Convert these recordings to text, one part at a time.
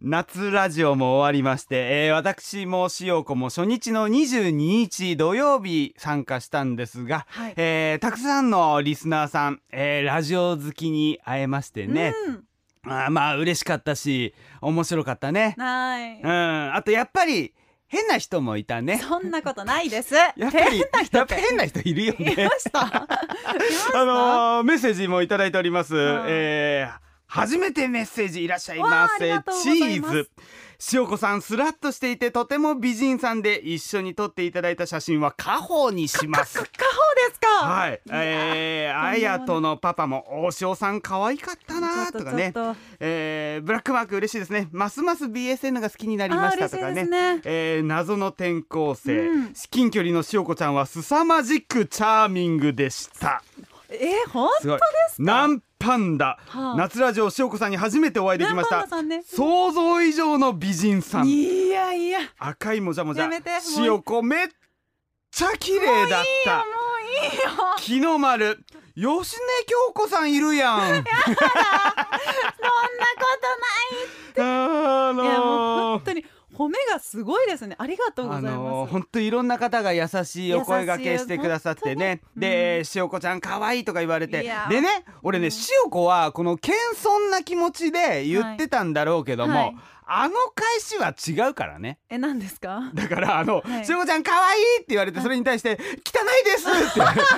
夏ラジオも終わりまして、私も塩子も初日の22日土曜日参加したんですが、 はいたくさんのリスナーさん、ラジオ好きに会えましてね、まあ嬉しかったし面白かったね。 はい、 あとやっぱり変な人もいたね。 そんなことないです。 やっぱり変な人いるよいね。 ました。 メッセージもいただいております。初めてメッセージいらっしゃいませ。チーズ。塩子さんスラッとしていてとても美人さんで、一緒に撮っていただいた写真は家宝にします。 家宝ですか。 はい。あやとのパパも大塩さん可愛かったなとかね。ブラックマーク嬉しいですね。ますます BSN が好きになりましたとかね。謎の転校生、至近距離の塩子ちゃんは凄まじくチャーミングでした。 本当ですか。 ナンパンダ、夏ラジオ塩子さんに初めてお会いできました。想像以上の美人さん。 いやいや、 赤いもじゃもじゃ塩子めっちゃ綺麗だった。 もういいよ。 日の丸吉根京子さんいるやん。そんなことないって。いやもう本当に褒めがすごいですね。ありがとうございます。 本当いろんな方が優しいお声掛けしてくださってね。で、塩子ちゃん可愛いとか言われて、でね、俺ね、塩子はこの謙遜な気持ちで言ってたんだろうけども、あの返しは違うからね。 何ですか。 だから塩子ちゃん可愛いって言われて、それに対して汚いですって言われて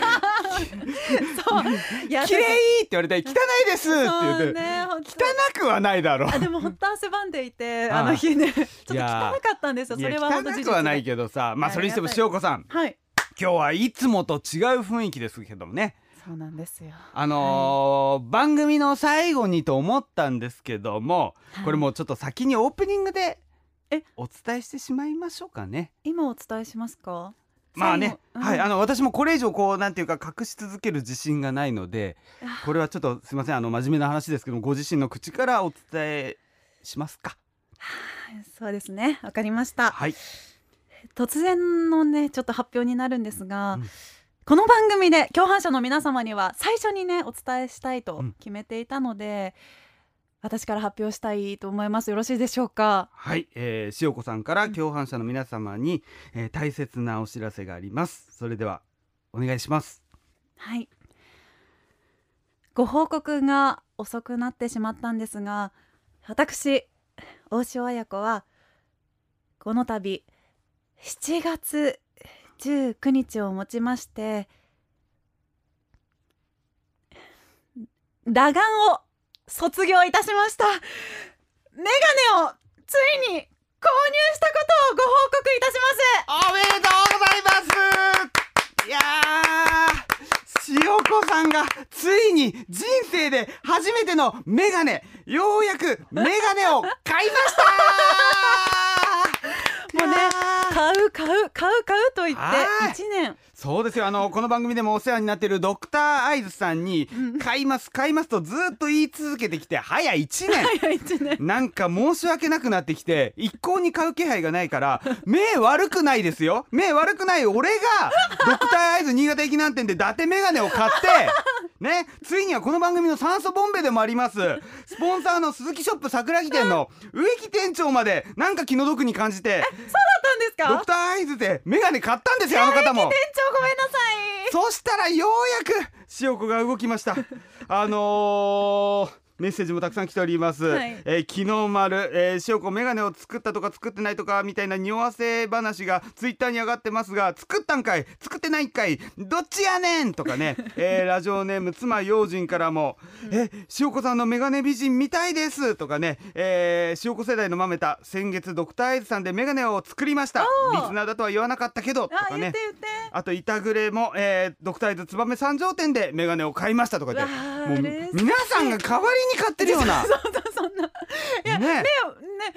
綺麗って言われて汚いですって言って、汚くはないだろう。 でも本当汗ばんでいて、あの日ねちょっと汚かったんですよ。それは本当汚くはないけどさ、まあそれにしても塩子さん、今日はいつもと違う雰囲気ですけどもね。 そうなんですよ。 番組の最後にと思ったんですけども、これもうちょっと先にオープニングでお伝えしてしまいましょうかね。 今お伝えしますか。 まあね、私もこれ以上こうなんていうか隠し続ける自信がないので、これはちょっとすいません、真面目な話ですけども、ご自身の口からお伝えしますか。 そうですね、わかりました。 はい。 突然のねちょっと発表になるんですが、この番組で共犯者の皆様には最初にねお伝えしたいと決めていたので、私から発表したいと思います。よろしいでしょうか。 はい、塩子さんから共犯者の皆様に、大切なお知らせがあります。それではお願いします。 はい、ご報告が遅くなってしまったんですが、私大塩綾子はこの度7月19日をもちまして裸眼を卒業いたしました。メガネをついに購入したことをご報告いたします。 おめでとうございます。いや塩子さんがついに人生で初めてのメガネ、ようやくメガネを買いましたもうね、買うと言って1年。 そうですよ。この番組でもお世話になっているドクターアイズさんに、買いますとずっと言い続けてきて早1年なんか申し訳なくなってきて、一向に買う気配がないから、目悪くないですよ。目悪くない俺がドクターアイズ新潟駅南店で伊達メガネを買ってね、ついにはこの番組の酸素ボンベでもありますスポンサーの鈴木ショップ桜木店の植木店長までなんか気の毒に感じて、 そうだったんですか。 ドクターアイズでメガネ買ったんですよ、あの方も。 店長ごめんなさい。 そしたらようやく塩子が動きました。メッセージもたくさん来ております。昨日丸、塩子メガネを作ったとか作ってないとかみたいな匂わせ話がツイッターに上がってますが、作ったんかい作ってないんかいどっちやねんとかね、ラジオネーム妻用心からも、塩子さんのメガネ美人見たいですとかね、塩子世代のまめた先月ドクターアイズさんでメガネを作りました、リスナーだとは言わなかったけどとかね、あと板暮れも、ドクターアイズ燕三条店でメガネを買いましたとかで、もう皆さんが代わりに買ってるようなそんないや、ね悪く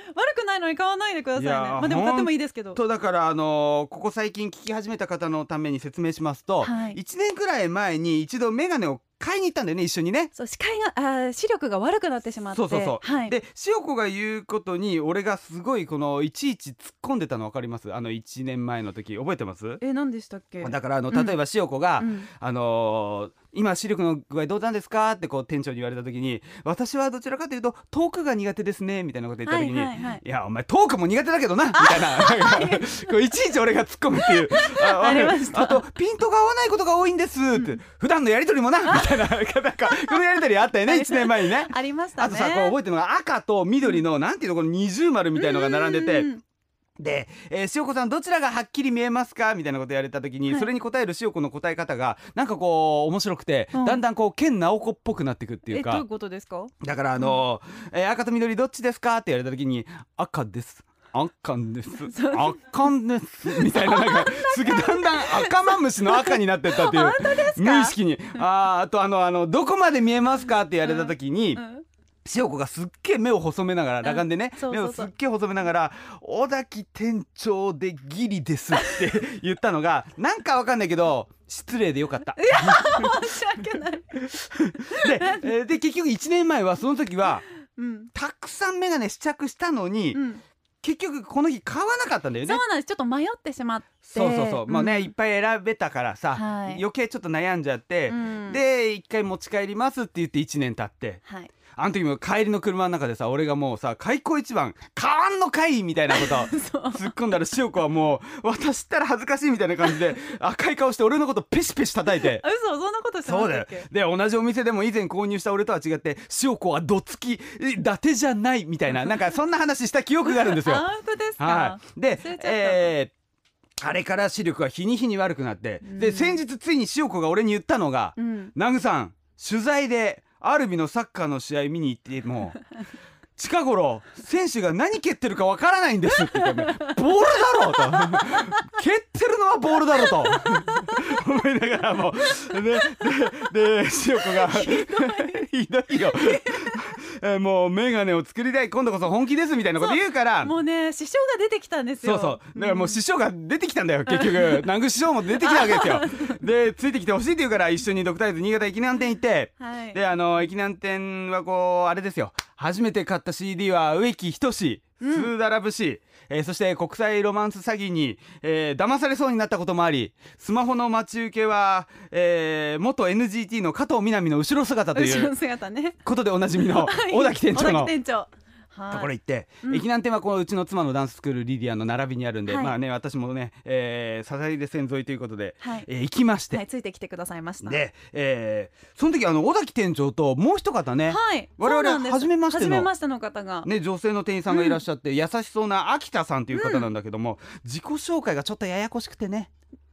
ないのに買わないでくださいね。まあでも買ってもいいですけど。 だからここ最近聞き始めた方のために説明しますと、1年くらい前に一度メガネを買いに行ったんだよね、一緒にね。 そう、視力が悪くなってしまって。 で塩子が言うことに俺がすごいいちいち突っ込んでたの分かります？1年前の時覚えてます？ 何でしたっけ？ だから例えば塩子が、今視力の具合どうなんですかって店長に言われた時に、私はどちらかというと遠くが苦手ですねみたいなこと言った時に、いやお前遠くも苦手だけどなみたいないちいち俺が突っ込むっていうあとピントが合わないことが多いんですって、普段のやりとりもなみたいなこのやりとりあったよね1年前にね。 ありましたね。 あとさ覚えてるのが赤と緑のなんていうのこの二重丸みたいのが並んでて、で、塩子さんどちらがはっきり見えますかみたいなこと言われた時に、それに答える塩子の答え方がなんか面白くて、だんだん健直子っぽくなっていくっていうか。 どういうことですか？ だから赤と緑どっちですかって言われた時に赤です、赤です赤ですみたいな、なんかすげえだんだん赤マムシの赤になってったっていう本当ですか？ 無意識に。あとどこまで見えますかって言われた時に、塩子がすっげえ目を細めながら裸眼でね、目をすっげえ細めながら尾崎店長でギリですって言ったのがなんかわかんないけど失礼でよかった。 いや申し訳ないで結局1年前はその時は、たくさんメガネ試着したのに、結局この日買わなかったんだよね。 そうなんです。ちょっと迷ってしまって。 まあね、いっぱい選べたからさ、余計ちょっと悩んじゃって、で一回持ち帰りますって言って1年経って、あの時も帰りの車の中でさ、俺がもうさ開口一番買わんのかいみたいなこと突っ込んだら塩子はもう私ったら恥ずかしいみたいな感じで赤い顔して俺のことペシペシ叩いて嘘、そんなことしてましたっけ？ で同じお店でも以前購入した俺とは違って塩子はどつき伊達じゃないみたいな、なんかそんな話した記憶があるんですよ。 本当ですか？ であれから視力が日に日に悪くなって、で先日ついに塩子が俺に言ったのが、ナグさん取材でアルビのサッカーの試合見に行っても近頃選手が何蹴ってるかわからないんですって言って、ね、ボールだろうと蹴ってるのはボールだろうと思いながらもで塩子がひどいよもうメガネを作りたい、今度こそ本気ですみたいなこと言うから、 もうね師匠が出てきたんですよ。 だからもう師匠が出てきたんだよ結局ナグ師匠も出てきたわけですよでついてきてほしいって言うから一緒にドクターズ新潟駅南店行って、で駅南店はあれですよ、初めて買った CD は植木仁志スーダラ節、そして国際ロマンス詐欺に、騙されそうになったこともあり、スマホの待ち受けは、元 NGT の加藤みなみの後ろ姿ということでおなじみの尾崎店長のところ行って、駅南店はうちの妻のダンススクールリディアの並びにあるんで、まあね私もねささりで線沿いということで、行きまして、 ついてきてくださいました。 で、その時尾崎店長ともう一方ね、我々初めましての方がね、女性の店員さんがいらっしゃって、優しそうな秋田さんという方なんだけども、自己紹介がちょっとややこしくてね、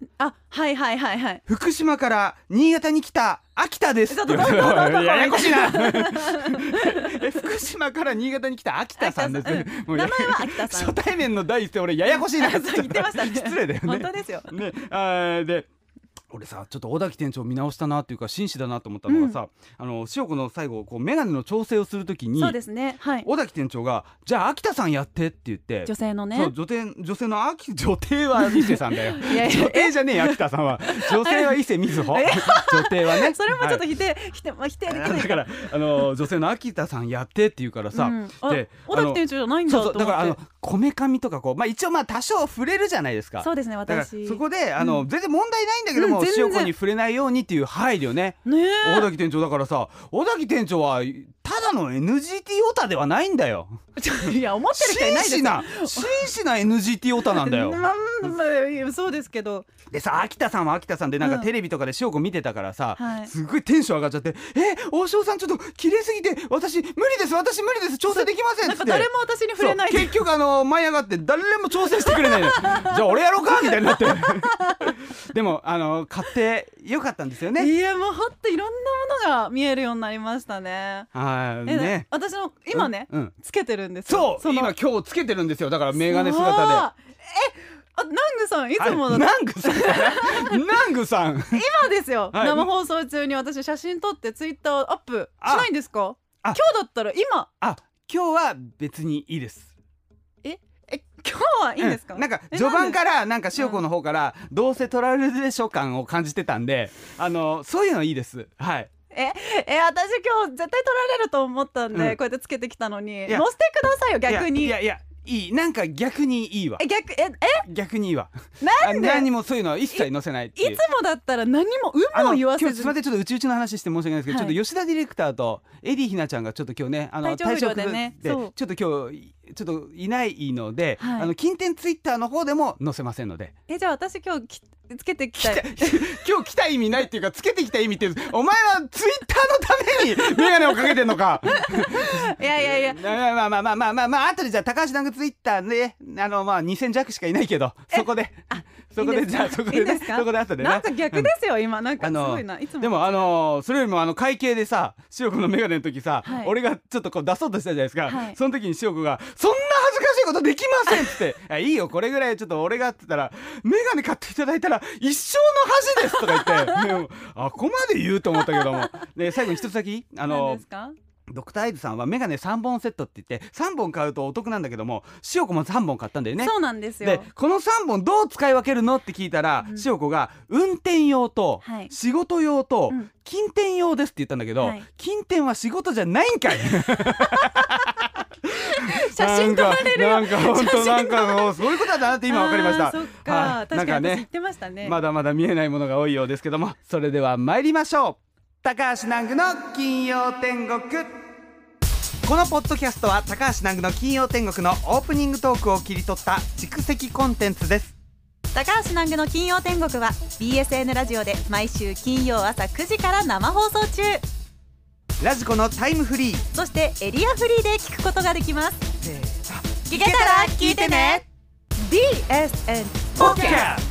福島から新潟に来た秋田ですってややこしいな福島から新潟に来た秋田さんです。名前は秋田さん。 初対面の第一声俺ややこしいなって言ってましたね。 失礼だよね。 本当ですよね。で俺さちょっと尾崎店長見直したなっていうか紳士だなと思ったのがさ、塩子の最後メガネの調整をするときに、 そうですね、 尾崎店長がじゃあ秋田さんやってって言って、 女性のね、 そう女性の女帝は伊勢さんだよ女帝じゃねえよ秋田さんは、女性は伊勢瑞穂女帝はねそれもちょっと否定できないだから女性の秋田さんやってって言うからさ、 で尾崎店長じゃないんだと思って、 だからこめかみとか一応多少触れるじゃないですか。 そうですね、私だからそこで全然問題ないんだけども、塩子に触れないようにっていう配慮ね。尾崎店長だからさ、尾崎店長はただの NGT オタではないんだよ。 いや思ってる人いないですよ。 真摯な NGT オタなんだよそうですけど、 でさ秋田さんは秋田さんでなんかテレビとかで塩子見てたからさ、すごいテンション上がっちゃって、大塩さんちょっと綺麗すぎて私無理です調整できませんっつって、 誰も私に触れないで、 結局舞い上がって誰も調整してくれないのじゃあ俺やろうかみたいになってでも買ってよかったんですよね。 いやもうほんといろんなものが見えるようになりましたね。 ね、 私の今ね、つけてるんですよ。そう今つけてるんですよ。だからメガネ姿で。 ナングさんいつもだ。 ナングさん今ですよ、生放送中に私写真撮ってツイッターアップしないんですか？今日だったら今日は別にいいです。 方はいいんですか？ なんか序盤からなんか塩子の方からどうせ取られるでしょ感を感じてたんで、そういうのいいです。はい。 私今日絶対取られると思ったんで、こうやってつけてきたのに乗せてくださいよ逆に。 いやいい、なんか逆にいいわ。逆にいいわ。 なんで何もそういうのは一切載せないっていう。 いつもだったら何もも言わせず。 今日すみません、ちょっとうちうちの話して申し訳ないですけど、ちょっと吉田ディレクターとエディひなちゃんがちょっと今日ね体調不良でね、 ちょっと今日ちょっといないので、近天ツイッターの方でも載せませんので。 じゃあ私今日つけてきた今日来た意味ないっていうか、つけてきた意味って、お前はツイッターのためにメガネをかけてんのか。 いやまあ後でじゃあ高橋ナングツイッターで2000弱しかいないけど、そこでじゃあそこでね、そこで後でね。 なんか逆ですよ今、なんかすごいな。いつもでもそれよりも会計でさ、塩子のメガネの時さ、俺がちょっとこう出そうとしたじゃないですか。その時に塩子がそんな恥ずかしいことできませんっていいよこれぐらいちょっと俺がって言ったら、メガネ買っていただいたら一生の恥ですとか言ってここまで言うと思ったけども。で最後に一つだけ何ですか？ ドクターアイズさんはメガネ3本セットって言って3本買うとお得なんだけども、塩子も3本買ったんだよね。 そうなんですよ。 でこの3本どう使い分けるのって聞いたら、塩子が運転用と仕事用と近天用ですって言ったんだけど、近天は仕事じゃないんかい。 写真撮られるよ。 なんか本当なんかそういうことだなって今分かりました。 そっか、確かに私言ってましたね。 まだまだ見えないものが多いようですけども、それでは参りましょう。高橋ナングの金曜天国。このポッドキャストは高橋ナングの金曜天国のオープニングトークを切り取った蓄積コンテンツです。 高橋ナングの金曜天国は BSN ラジオで毎週金曜朝9時から生放送中。 ラジコのタイムフリー、 そしてエリアフリーで聞くことができます。聞けたら聞いてね。BSN ポッドキャスト。